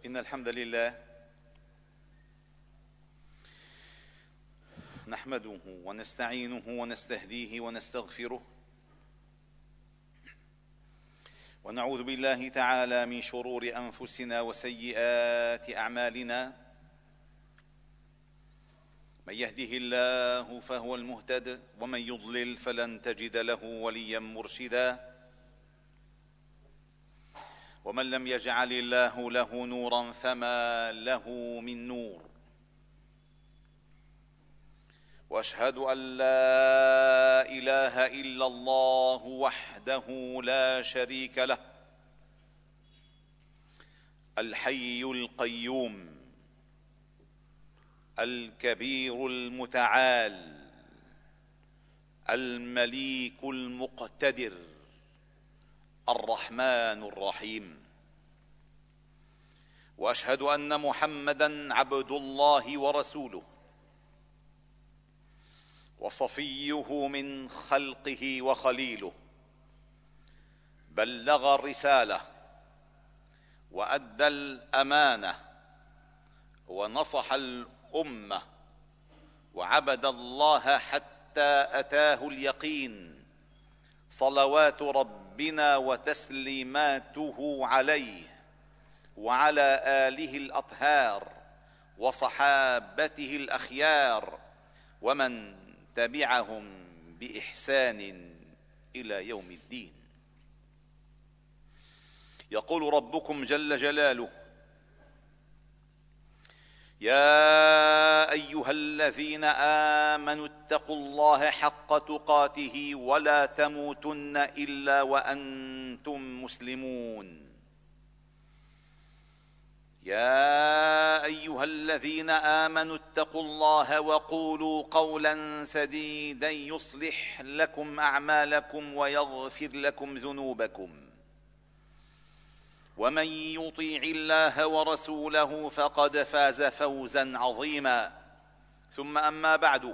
إن الحمد لله نحمده ونستعينه ونستهديه ونستغفره، ونعوذ بالله تعالى من شرور أنفسنا وسيئات أعمالنا. من يهده الله فهو المهتد، ومن يضلل فلن تجد له وليا مرشدا. ومن لم يجعل الله له نورا فما له من نور. واشهد ان لا اله الا الله وحده لا شريك له، الحي القيوم الكبير المتعال المليك المقتدر الرحمن الرحيم. واشهد ان محمدا عبد الله ورسوله، وصفيه من خلقه وخليله، بلغ الرسالة وأدى الأمانة ونصح الأمة، وعبد الله حتى أتاه اليقين، صلوات ربنا وتسليماته عليه وعلى آله الأطهار وصحابته الأخيار ومن تبعهم بإحسان إلى يوم الدين. يقول ربكم جل جلاله: يا أيها الذين آمنوا اتقوا الله حق تقاته ولا تموتن إلا وأنتم مسلمون. يا أيها الذين آمنوا اتقوا الله وقولوا قولا سديدا يصلح لكم أعمالكم ويغفر لكم ذنوبكم، ومن يطيع الله ورسوله فقد فاز فوزا عظيما. ثم أما بعد،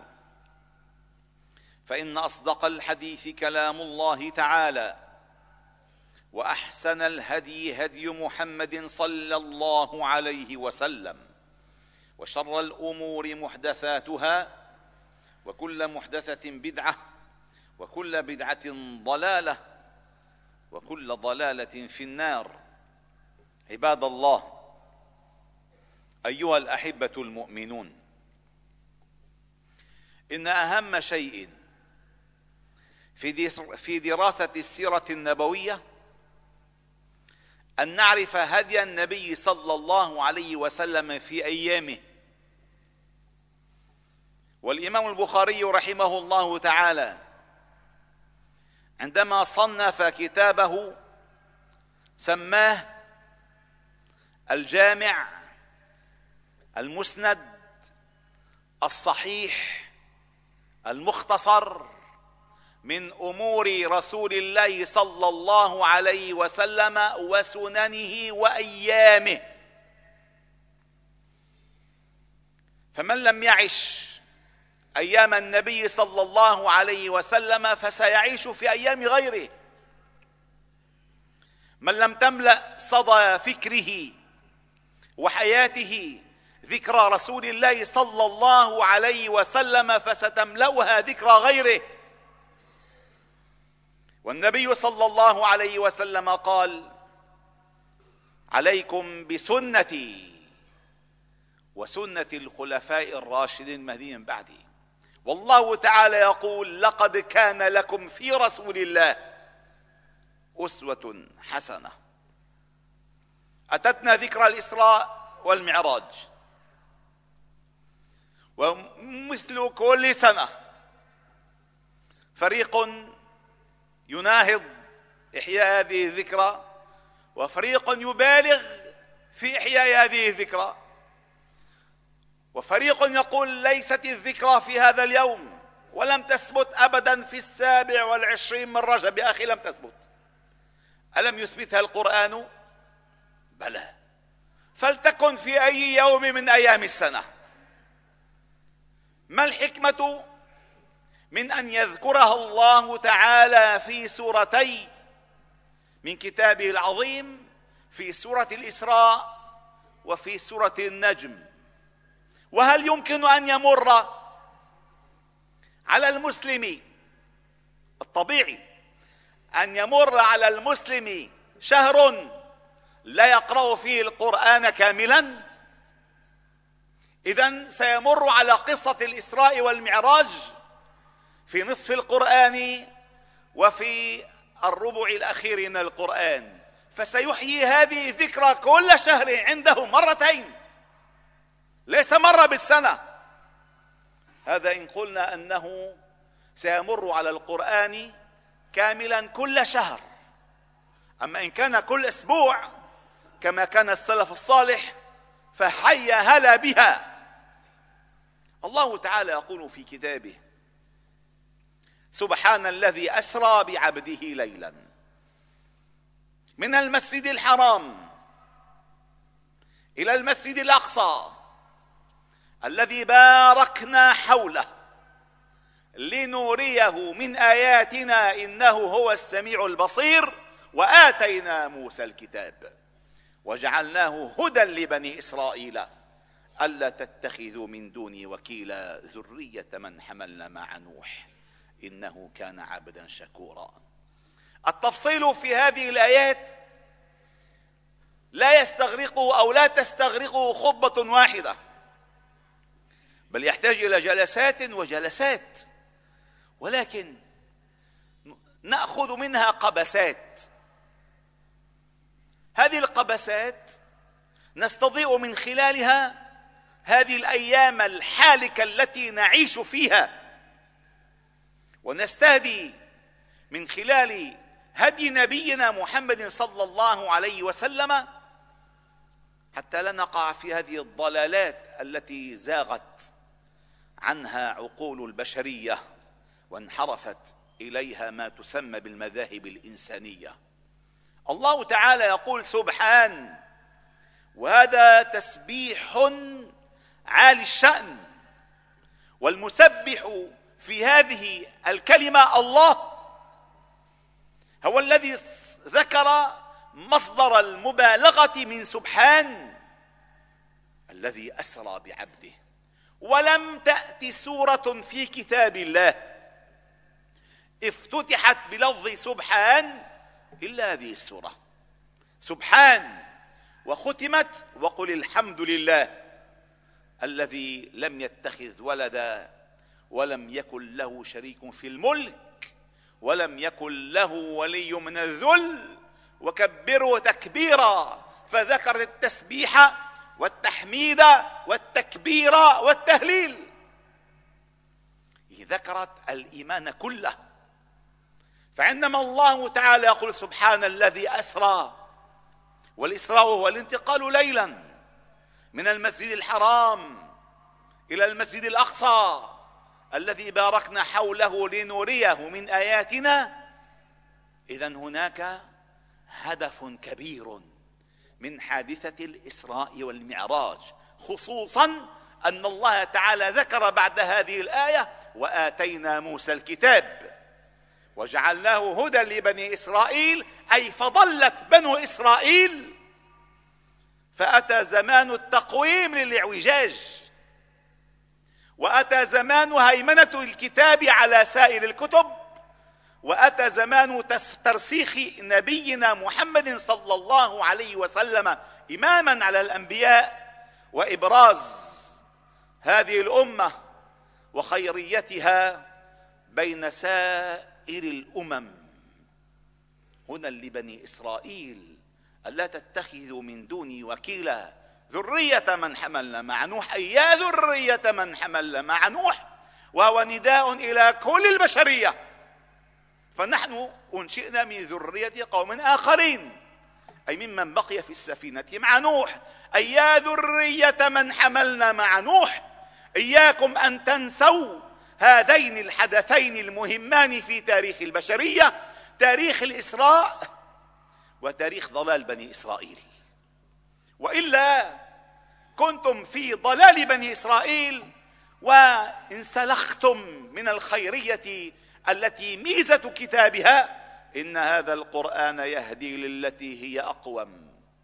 فإن أصدق الحديث كلام الله تعالى، وأحسن الهدي هدي محمد صلى الله عليه وسلم، وشر الأمور محدثاتها، وكل محدثة بدعة، وكل بدعة ضلالة، وكل ضلالة في النار. عباد الله، أيها الأحبة المؤمنون، إن أهم شيء في دراسة السيرة النبوية أن نعرف هدي النبي صلى الله عليه وسلم في أيامه. والإمام البخاري رحمه الله تعالى عندما صنف كتابه سماه الجامع المسند الصحيح المختصر من أمور رسول الله صلى الله عليه وسلم وسننه وأيامه. فمن لم يعش أيام النبي صلى الله عليه وسلم فسيعيش في أيام غيره. من لم تملأ صدى فكره وحياته ذكرى رسول الله صلى الله عليه وسلم فستملأها ذكرى غيره. والنبي صلى الله عليه وسلم قال: عليكم بسنتي وسنة الخلفاء الراشدين المهديين بعدي. والله تعالى يقول: لقد كان لكم في رسول الله أسوة حسنة. أتتنا ذكرى الإسراء والمعراج، ومثل كل سنة فريق يناهض إحياء هذه الذكرى، وفريق يبالغ في إحياء هذه الذكرى، وفريق يقول ليست الذكرى في هذا اليوم، ولم تثبت أبدا في 27 من رجب. يا أخي لم تثبت. ألم يثبتها القرآن؟ بلى. فلتكن في أي يوم من أيام السنة. ما الحكمة من أن يذكرها الله تعالى في سورتي من كتابه العظيم، في سورة الإسراء وفي سورة النجم. وهل يمكن أن يمر على المسلم الطبيعي أن يمر على المسلم شهر لا يقرأ فيه القرآن كاملا؟ إذن سيمر على قصة الإسراء والمعراج في نصف القرآن وفي الربع الأخير من القرآن، فسيحيي هذه الذكرى كل شهر عنده مرتين، ليس مرة بالسنة. هذا إن قلنا أنه سيمر على القرآن كاملا كل شهر. أما إن كان كل أسبوع كما كان السلف الصالح فحي هلا بها. الله تعالى يقول في كتابه: سبحان الذي أسرى بعبده ليلا من المسجد الحرام إلى المسجد الأقصى الذي باركنا حوله لنريه من آياتنا إنه هو السميع البصير وآتينا موسى الكتاب وجعلناه هدى لبني إسرائيل ألا تتخذوا من دوني وكيلا ذرية من حملنا مع نوح إنه كان عبدا شكورا. التفصيل في هذه الآيات لا يستغرقه أو لا تستغرقه خطبة واحدة، بل يحتاج إلى جلسات وجلسات، ولكن نأخذ منها قبسات. هذه القبسات نستضيء من خلالها هذه الأيام الحالكة التي نعيش فيها، ونستهدي من خلال هدي نبينا محمد صلى الله عليه وسلم حتى لا نقع في هذه الضلالات التي زاغت عنها عقول البشرية وانحرفت إليها ما تسمى بالمذاهب الإنسانية. الله تعالى يقول سبحان، وهذا تسبيح عالي الشأن، والمسبح في هذه الكلمة الله هو الذي ذكر مصدر المبالغة من سبحان الذي أسرى بعبده. ولم تأتي سورة في كتاب الله افتتحت بلفظ سبحان إلا هذه السورة، سبحان، وختمت وقل الحمد لله الذي لم يتخذ ولدا ولم يكن له شريك في الملك ولم يكن له ولي من الذل وكبره تكبيرا. فذكرت التسبيح والتحميد والتكبير والتهليل، ذكرت الإيمان كله. فعندما الله تعالى يقول سبحان الذي أسرى، والإسراء هو الانتقال ليلا من المسجد الحرام إلى المسجد الأقصى الذي باركنا حوله لنريه من آياتنا، إذن هناك هدف كبير من حادثة الإسراء والمعراج، خصوصا أن الله تعالى ذكر بعد هذه الآية وآتينا موسى الكتاب وجعلناه هدى لبني إسرائيل، أي فضلت بنو إسرائيل فأتى زمان التقويم للاعوجاج، وأتى زمان هيمنة الكتاب على سائر الكتب، وأتى زمان ترسيخ نبينا محمد صلى الله عليه وسلم إماما على الأنبياء وإبراز هذه الأمة وخيريتها بين سائر الأمم. هنا لبني إسرائيل ألا تتخذوا من دوني وكيلا ذرية من حملنا مع نوح، أي يا ذرية من حملنا مع نوح، وهو نداء إلى كل البشرية، فنحن أنشئنا من ذرية قوم آخرين، أي ممن بقي في السفينة مع نوح، أي يا ذرية من حملنا مع نوح، إياكم أن تنسوا هذين الحدثين المهمان في تاريخ البشرية، تاريخ الإسراء وتاريخ ضلال بني إسرائيل، وإلا كنتم في ضلال بني إسرائيل وانسلختم من الخيرية التي ميزة كتابها إن هذا القرآن يهدي للتي هي أقوم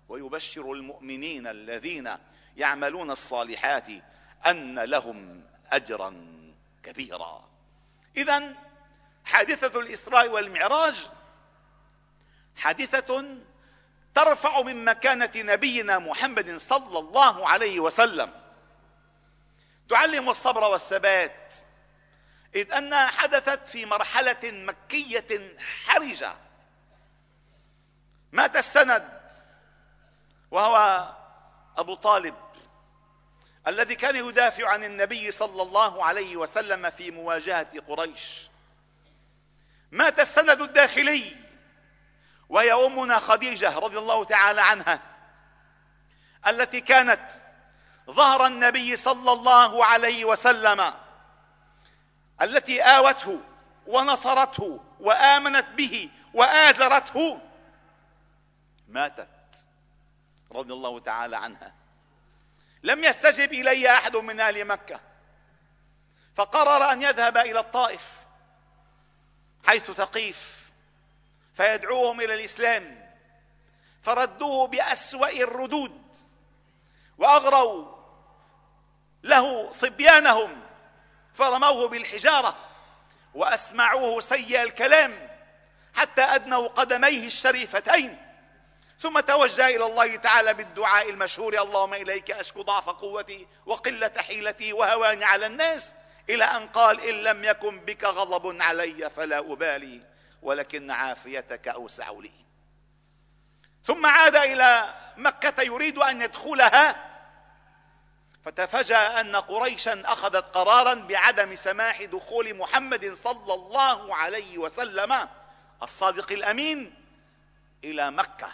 ويبشر المؤمنين الذين يعملون الصالحات أن لهم أجرا كبيرا. إذن حادثة الإسراء والمعراج حادثة ترفع من مكانة نبينا محمد صلى الله عليه وسلم، تعلم الصبر والثبات، إذ أنها حدثت في مرحلة مكية حرجة. مات السند وهو أبو طالب الذي كان يدافع عن النبي صلى الله عليه وسلم في مواجهة قريش. مات السند الداخلي وهي أمنا خديجة رضي الله تعالى عنها، التي كانت ظهر النبي صلى الله عليه وسلم، التي آوته ونصرته وآمنت به وآزرته، ماتت رضي الله تعالى عنها. لم يستجب إلي أحد من أهل مكة، فقرر أن يذهب إلى الطائف حيث ثقيف فيدعوهم إلى الإسلام، فردوه بأسوأ الردود وأغروا له صبيانهم فرموه بالحجارة وأسمعوه سيء الكلام حتى أدنوا قدميه الشريفتين، ثم توجه إلى الله تعالى بالدعاء المشهور: اللهم إليك أشكو ضعف قوتي وقلة حيلتي وهواني على الناس، إلى أن قال: إن لم يكن بك غضب علي فلا أبالي ولكن عافيتك أوسع لي. ثم عاد إلى مكة يريد أن يدخلها، فتفاجأ أن قريشا أخذت قرارا بعدم سماح دخول محمد صلى الله عليه وسلم الصادق الأمين إلى مكة،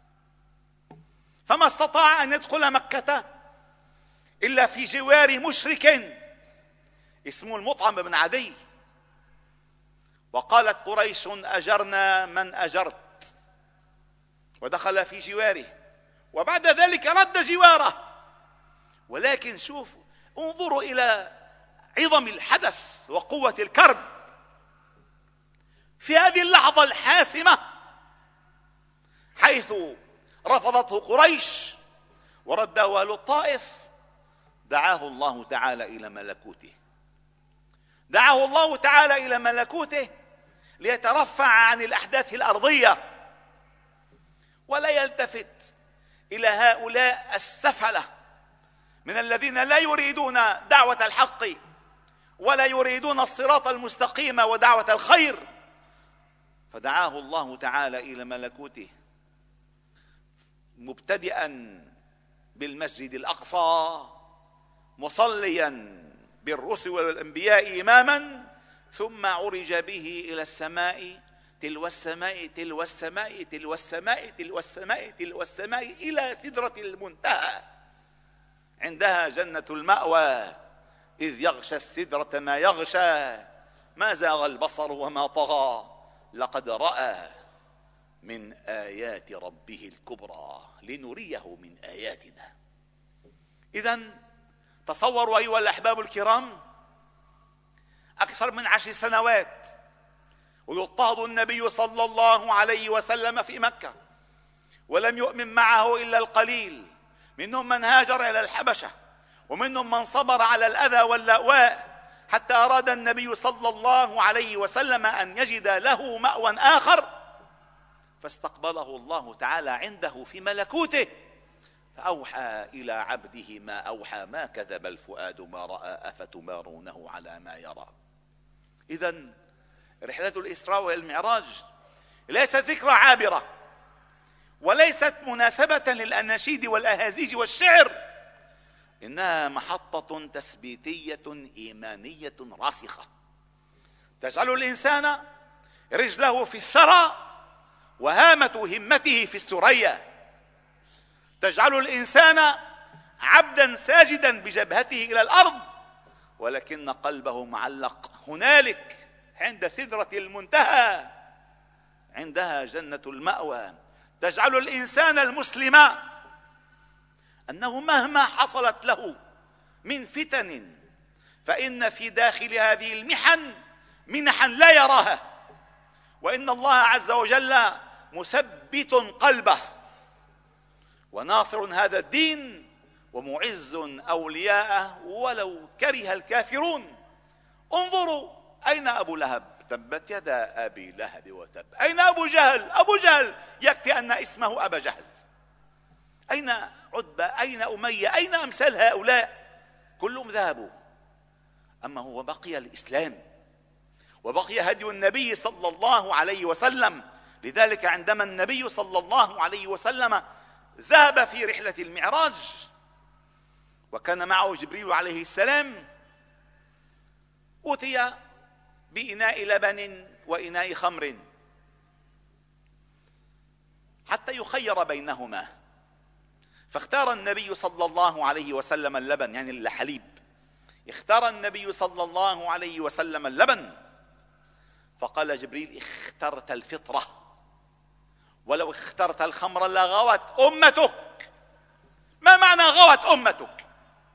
فما استطاع أن يدخل مكة إلا في جوار مشرك اسمه المطعم بن عدي. وقالت قريش: أجرنا من أجرت، ودخل في جواره، وبعد ذلك رد جواره. ولكن شوفوا، انظروا إلى عظم الحدث وقوة الكرب في هذه اللحظة الحاسمة، حيث رفضته قريش ورده أهل الطائف، دعاه الله تعالى إلى ملكوته، دعاه الله تعالى إلى ملكوته ليترفع عن الأحداث الأرضية ولا يلتفت إلى هؤلاء السفلة من الذين لا يريدون دعوة الحق ولا يريدون الصراط المستقيم ودعوة الخير. فدعاه الله تعالى إلى ملكوته مبتدئا بالمسجد الأقصى، مصليا بالرسل والأنبياء إماما، ثم عرج به إلى السماء تلو السماء تلو السماء تلو السماء تلو السماء تلو السماء إلى سدرة المنتهى، عندها جنة المأوى، إذ يغشى السدرة ما يغشى، ما زاغ البصر وما طغى، لقد رأى من آيات ربه الكبرى لنريه من آياتنا. إذن تصوروا أيها الأحباب الكرام، أكثر من 10 سنوات ويضطهد النبي صلى الله عليه وسلم في مكة، ولم يؤمن معه إلا القليل، منهم من هاجر إلى الحبشة، ومنهم من صبر على الأذى واللأواء، حتى أراد النبي صلى الله عليه وسلم أن يجد له مأوى آخر، فاستقبله الله تعالى عنده في ملكوته، فأوحى إلى عبده ما أوحى، ما كذب الفؤاد ما رأى أفتمارونه على ما يرى. إذن رحلة الإسراء والمعراج ليست ذكرى عابرة، وليست مناسبة للأناشيد والأهازيج والشعر، إنها محطة تثبيتية إيمانية راسخة تجعل الإنسان رجله في الثرى وهامة همته في الثريا، تجعل الإنسان عبدا ساجدا بجبهته إلى الأرض، ولكن قلبه معلق هنالك عند سدرة المنتهى، عندها جنة المأوى. تجعل الإنسان المسلم أنه مهما حصلت له من فتن فإن في داخل هذه المحن منحا لا يراها، وإن الله عز وجل مثبت قلبه وناصر هذا الدين ومعز أولياءه ولو كره الكافرون. انظروا أين أبو لهب؟ تبت يدا أبي لهب وتب. أين أبو جهل؟ أبو جهل يكفي أن اسمه أبا جهل. أين عتبة؟ أين أمية؟ أين أمثال هؤلاء؟ كلهم ذهبوا. أما هو بقي الإسلام وبقي هدي النبي صلى الله عليه وسلم. لذلك عندما النبي صلى الله عليه وسلم ذهب في رحلة المعراج وكان معه جبريل عليه السلام، أتي بإناء لبن وإناء خمر حتى يخير بينهما، فاختار النبي صلى الله عليه وسلم اللبن، يعني الحليب. اختار النبي صلى الله عليه وسلم اللبن، فقال جبريل: اخترت الفطرة، ولو اخترت الخمر لغوت أمتك. ما معنى غوت أمتك؟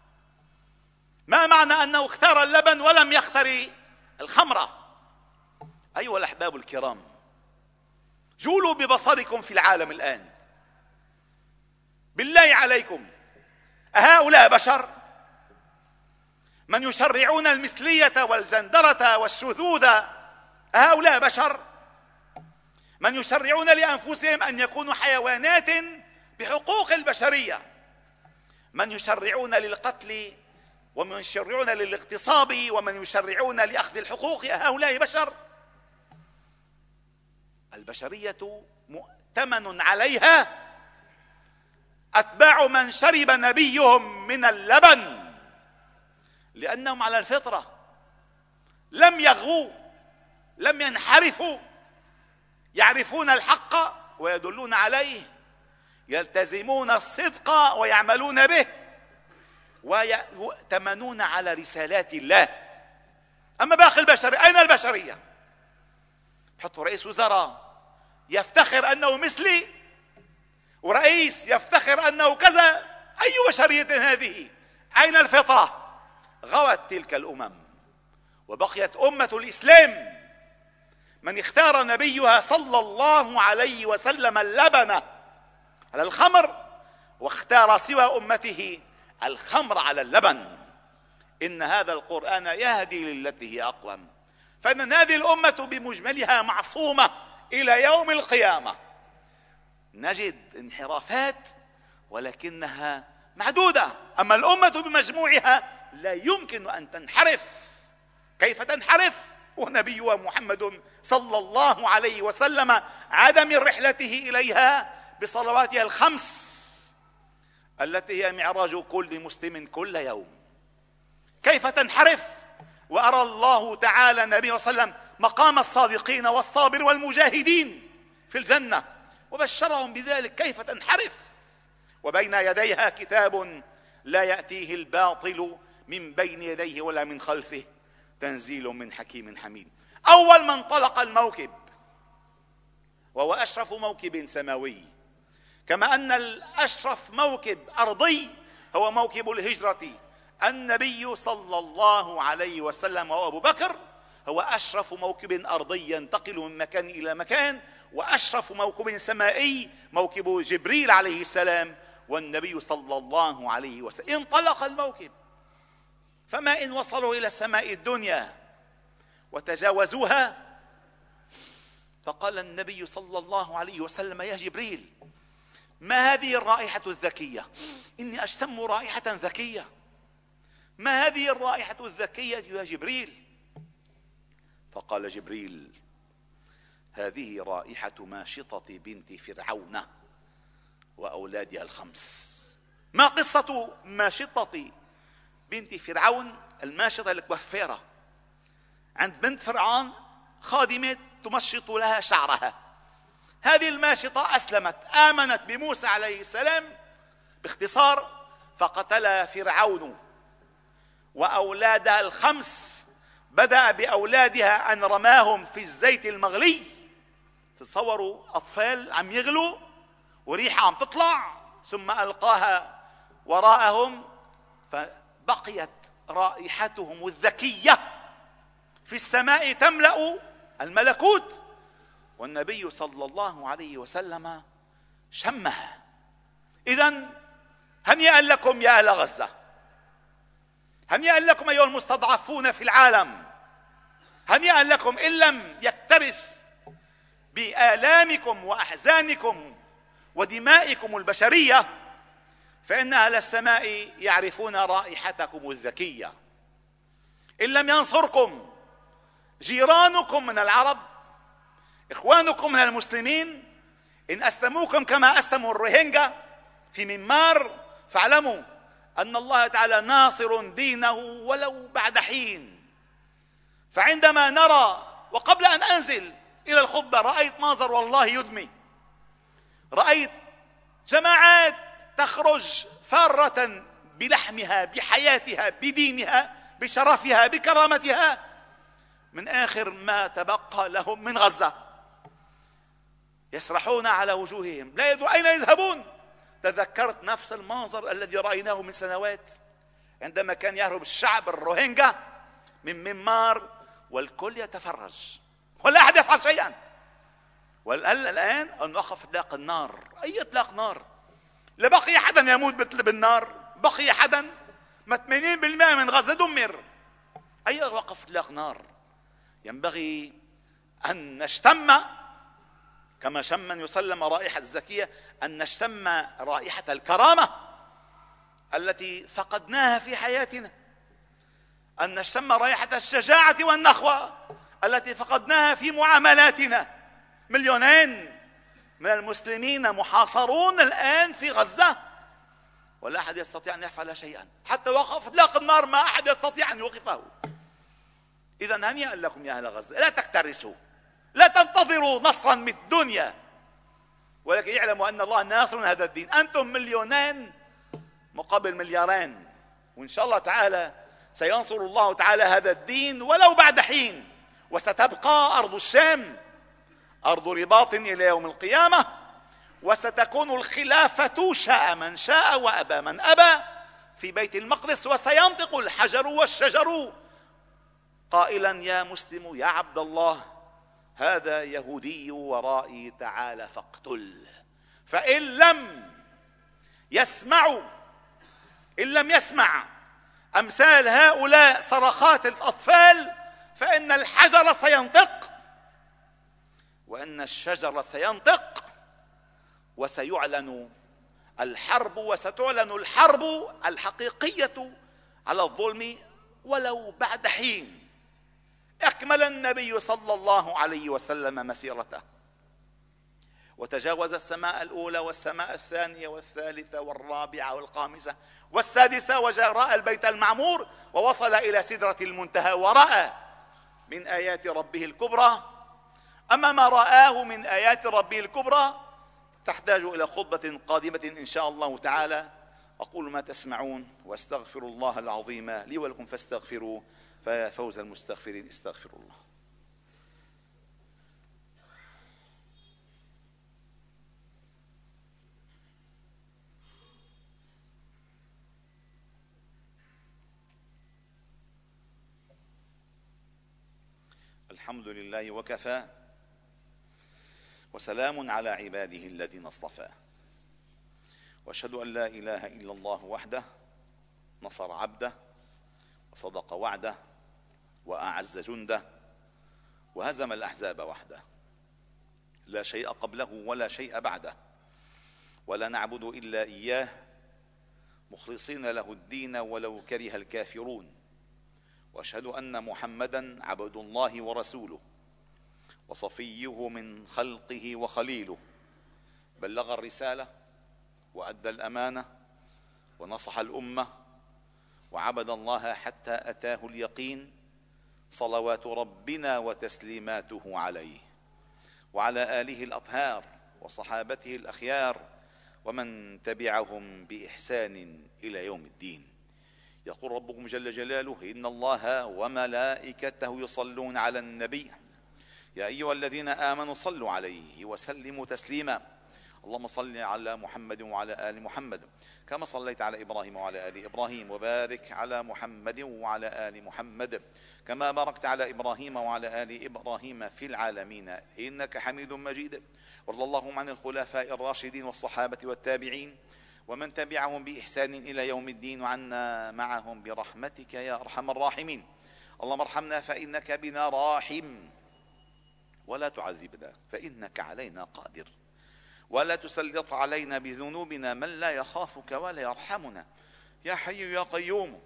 ما معنى أنه اختار اللبن ولم يختر الخمرة؟ أيها الأحباب الكرام، جولوا ببصركم في العالم الآن. بالله عليكم، أهؤلاء بشر؟ من يشرعون المثلية والجندرة والشذوذ أهؤلاء بشر؟ من يشرعون لأنفسهم أن يكونوا حيوانات بحقوق البشرية، من يشرعون للقتل ومن يشرعون للاغتصاب ومن يشرعون لأخذ الحقوق أهؤلاء بشر؟ البشرية مؤتمن عليها أتباع من شرب نبيهم من اللبن، لأنهم على الفطرة، لم يغوا، لم ينحرفوا، يعرفون الحق ويدلون عليه، يلتزمون الصدق ويعملون به، ويؤتمنون على رسالات الله. أما باقي البشر، أين البشرية؟ حطوا رئيس وزراء يفتخر أنه مثلي، ورئيس يفتخر أنه كذا. أي بشرية هذه؟ أين الفطرة؟ غوت تلك الأمم وبقيت أمة الإسلام من اختار نبيها صلى الله عليه وسلم اللبن على الخمر، واختار سوى أمته الخمر على اللبن. إن هذا القرآن يهدي للتي هي أقوم. فإن هذه الأمة بمجملها معصومة إلى يوم القيامة. نجد انحرافات ولكنها معدودة، أما الأمة بمجموعها لا يمكن أن تنحرف. كيف تنحرف ونبيها محمد صلى الله عليه وسلم عاد من رحلته إليها بصلواتها الخمس التي هي معراج كل مسلم كل يوم؟ كيف تنحرف وأرى الله تعالى النبي صلى الله عليه وسلم مقام الصادقين والصابر والمجاهدين في الجنة وبشرهم بذلك؟ كيف تنحرف وبين يديها كتاب لا يأتيه الباطل من بين يديه ولا من خلفه تنزيل من حكيم حميد. أول من طلق الموكب وهو أشرف موكب سماوي، كما أن الأشرف موكب أرضي هو موكب الهجرة النبي صلى الله عليه وسلم، وأبو بكر هو أشرف موكب أرضي ينتقل من مكان إلى مكان، وأشرف موكب سمائي موكب جبريل عليه السلام والنبي صلى الله عليه وسلم. انطلق الموكب، فما إن وصلوا إلى السماء الدنيا وتجاوزوها، فقال النبي صلى الله عليه وسلم: يا جبريل، ما هذه الرائحة الذكية؟ إني أشتم رائحة ذكية. ما هذه الرائحة الذكية يا جبريل؟ فقال جبريل: هذه رائحة ماشطة بنت فرعون وأولادها الخمس. ما قصة ماشطة بنت فرعون؟ الماشطة الكوافيرة عند بنت فرعون، خادمة تمشط لها شعرها. هذه الماشطة أسلمت، آمنت بموسى عليه السلام باختصار، فقتلها فرعون وأولادها الخمس. بدأ بأولادها أن رماهم في الزيت المغلي. تصوروا أطفال عم يغلوا وريحة عم تطلع، ثم ألقاها وراءهم، فبقيت رائحتهم الذكية في السماء تملأ الملكوت، والنبي صلى الله عليه وسلم شمها. إذن هنيئا لكم يا أهل غزة، هنيئا لكم أيها المستضعفون في العالم، هنيئا لكم إن لم يكترث بآلامكم وأحزانكم ودمائكم البشرية، فإن أهل السماء يعرفون رائحتكم الزكية. إن لم ينصركم جيرانكم من العرب، إخوانكم من المسلمين، إن أسلموكم كما أسلموا الروهينجا في ميانمار، فاعلموا أن الله تعالى ناصر دينه ولو بعد حين. فعندما نرى، وقبل أن أنزل إلى الخطبة رأيت منظر والله يدمي، رأيت جماعات تخرج فارة بلحمها بحياتها بدينها بشرفها بكرامتها من آخر ما تبقى لهم من غزة، يسرحون على وجوههم لا يدرون أين يذهبون. تذكرت نفس المنظر الذي رأيناه من سنوات عندما كان يهرب الشعب الروهينجا من ميانمار والكل يتفرج ولا أحد يفعل شيئا. والآن أن وقف إطلاق النار. أي إطلاق نار؟ لا بقي حدا يموت بالنار، بقي حدا؟ ما 80% من غزة دمر. أي وقف إطلاق نار؟ ينبغي أن نشتم كما شم من يسلم رائحة الزكية، أن نشتم رائحة الكرامة التي فقدناها في حياتنا، أن نشتم رائحة الشجاعة والنخوة التي فقدناها في معاملاتنا. مليونين من المسلمين محاصرون الآن في غزة ولا أحد يستطيع أن يفعل شيئا، حتى وقف إطلاق النار ما أحد يستطيع أن يوقفه. إذن هنيئا لكم يا أهل غزة، لا تكترثوا، لا تنتظروا نصرا من الدنيا، ولكن اعلموا أن الله ناصر هذا الدين. أنتم مليونين مقابل مليارين، وإن شاء الله تعالى سينصر الله تعالى هذا الدين ولو بعد حين، وستبقى أرض الشام أرض رباط إلى يوم القيامة، وستكون الخلافة شاء من شاء وأبى من أبى في بيت المقدس، وسينطق الحجر والشجر قائلا يا مسلم يا عبد الله هذا يهودي ورائي تعال فاقتل. فإن لم يسمعوا، إن لم يسمع أمثال هؤلاء صرخات الأطفال، فإن الحجر سينطق وإن الشجر سينطق، وسيعلن الحرب، وستعلن الحرب الحقيقية على الظلم ولو بعد حين. أكمل النبي صلى الله عليه وسلم مسيرته وتجاوز السماء الأولى والسماء الثانية والثالثة والرابعة والخامسة والسادسة، وجاء رأى البيت المعمور ووصل إلى سدرة المنتهى ورأى من آيات ربه الكبرى. أما ما رآه من آيات ربه الكبرى تحتاج إلى خطبة قادمة إن شاء الله تعالى. أقول ما تسمعون وأستغفر الله العظيم لي ولكم فاستغفروه، فيا فوز المستغفرين. استغفر الله. الحمد لله وكفى، وسلام على عباده الذين اصطفى، واشهد ان لا اله الا الله وحده نصر عبده وصدق وعده واعز جنده وهزم الاحزاب وحده، لا شيء قبله ولا شيء بعده، ولا نعبد الا اياه مخلصين له الدين ولو كره الكافرون. واشهد ان محمدا عبد الله ورسوله وصفيه من خلقه وخليله، بلغ الرسالة وأدى الأمانة ونصح الأمة وعبد الله حتى أتاه اليقين، صلوات ربنا وتسليماته عليه وعلى آله الأطهار وصحابته الأخيار ومن تبعهم بإحسان إلى يوم الدين. يقول ربكم جل جلاله إن الله وملائكته يصلون على النبي يا أيها الذين آمنوا صلوا عليه وسلموا تسليما. اللهم صل على محمد وعلى آل محمد كما صليت على إبراهيم وعلى آل إبراهيم، وبارك على محمد وعلى آل محمد كما باركت على إبراهيم وعلى آل إبراهيم في العالمين إنك حميد مجيد. وارض اللهم عن الخلفاء الراشدين والصحابة والتابعين ومن تبعهم بإحسان إلى يوم الدين، وعنا معهم برحمتك يا أرحم الراحمين. اللهم ارحمنا فإنك بنا راحم، ولا تعذبنا فإنك علينا قادر، ولا تسلط علينا بذنوبنا من لا يخافك ولا يرحمنا. يا حي يا قيوم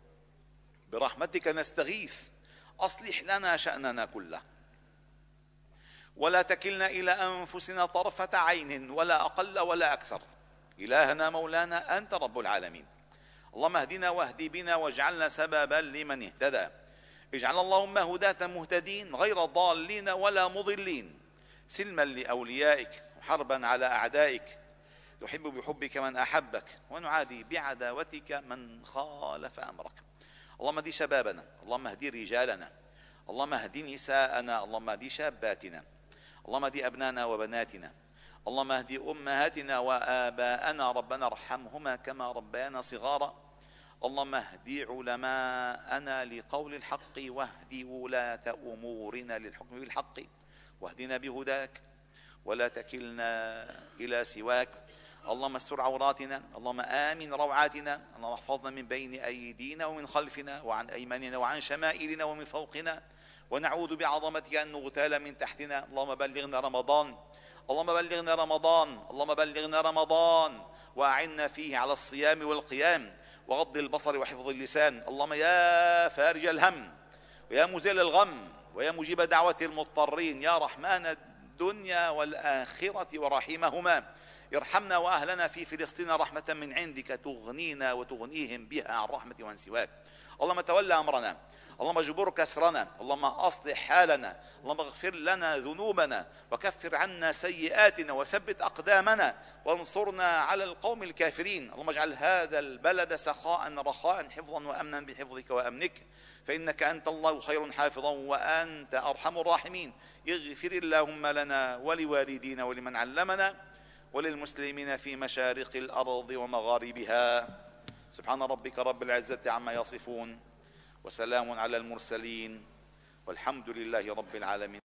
برحمتك نستغيث، أصلح لنا شأننا كله، ولا تكلنا إلى أنفسنا طرفة عين ولا أقل ولا أكثر. إلهنا مولانا أنت رب العالمين. اللهم اهدنا واهدي بنا واجعلنا سببا لمن اهتدى. اجعل اللهم هداة مهتدين غير ضالين ولا مضلين، سلما لأوليائك وحربا على أعدائك، تحب بحبك من أحبك ونعادي بعداوتك من خالف أمرك. اللهم اهد شبابنا، اللهم اهد رجالنا، اللهم اهد نساءنا، اللهم اهد شاباتنا، اللهم اهد أبنانا وبناتنا، اللهم اهد أمهاتنا وآباءنا، ربنا ارحمهما كما ربيانا صغارا. اللهم اهد علماءنا لقول الحق، واهد ولاة أمورنا للحكم بالحق، واهدنا بهداك ولا تكلنا إلى سواك. اللهم استر عوراتنا، اللهم آمن روعاتنا، اللهم احفظنا من بين أيدينا ومن خلفنا وعن أيماننا وعن شمائلنا ومن فوقنا، ونعوذ بعظمتك أن نغتال من تحتنا. اللهم بلغنا رمضان، اللهم بلغنا رمضان، اللهم بلغنا رمضان، وأعنا فيه على الصيام والقيام وغض البصر وحفظ اللسان. اللهم يا فارج الهم ويا مزيل الغم ويا مجيب دعوة المضطرين، يا رحمن الدنيا والآخرة ورحيمهما، ارحمنا وأهلنا في فلسطين رحمة من عندك تغنينا وتغنيهم بها عن رحمة من سواك. اللهم تولى أمرنا، اللهم اجبر كسرنا، اللهم أصلح حالنا، اللهم اغفر لنا ذنوبنا وكفر عنا سيئاتنا وثبت أقدامنا وانصرنا على القوم الكافرين. اللهم اجعل هذا البلد سخاء رخاء حفظا وأمنا بحفظك وأمنك، فإنك أنت الله خير حافظا وأنت أرحم الراحمين. اغفر اللهم لنا ولوالدينا ولمن علمنا وللمسلمين في مشارق الأرض ومغاربها. سبحان ربك رب العزة عما يصفون، وسلام على المرسلين، والحمد لله رب العالمين.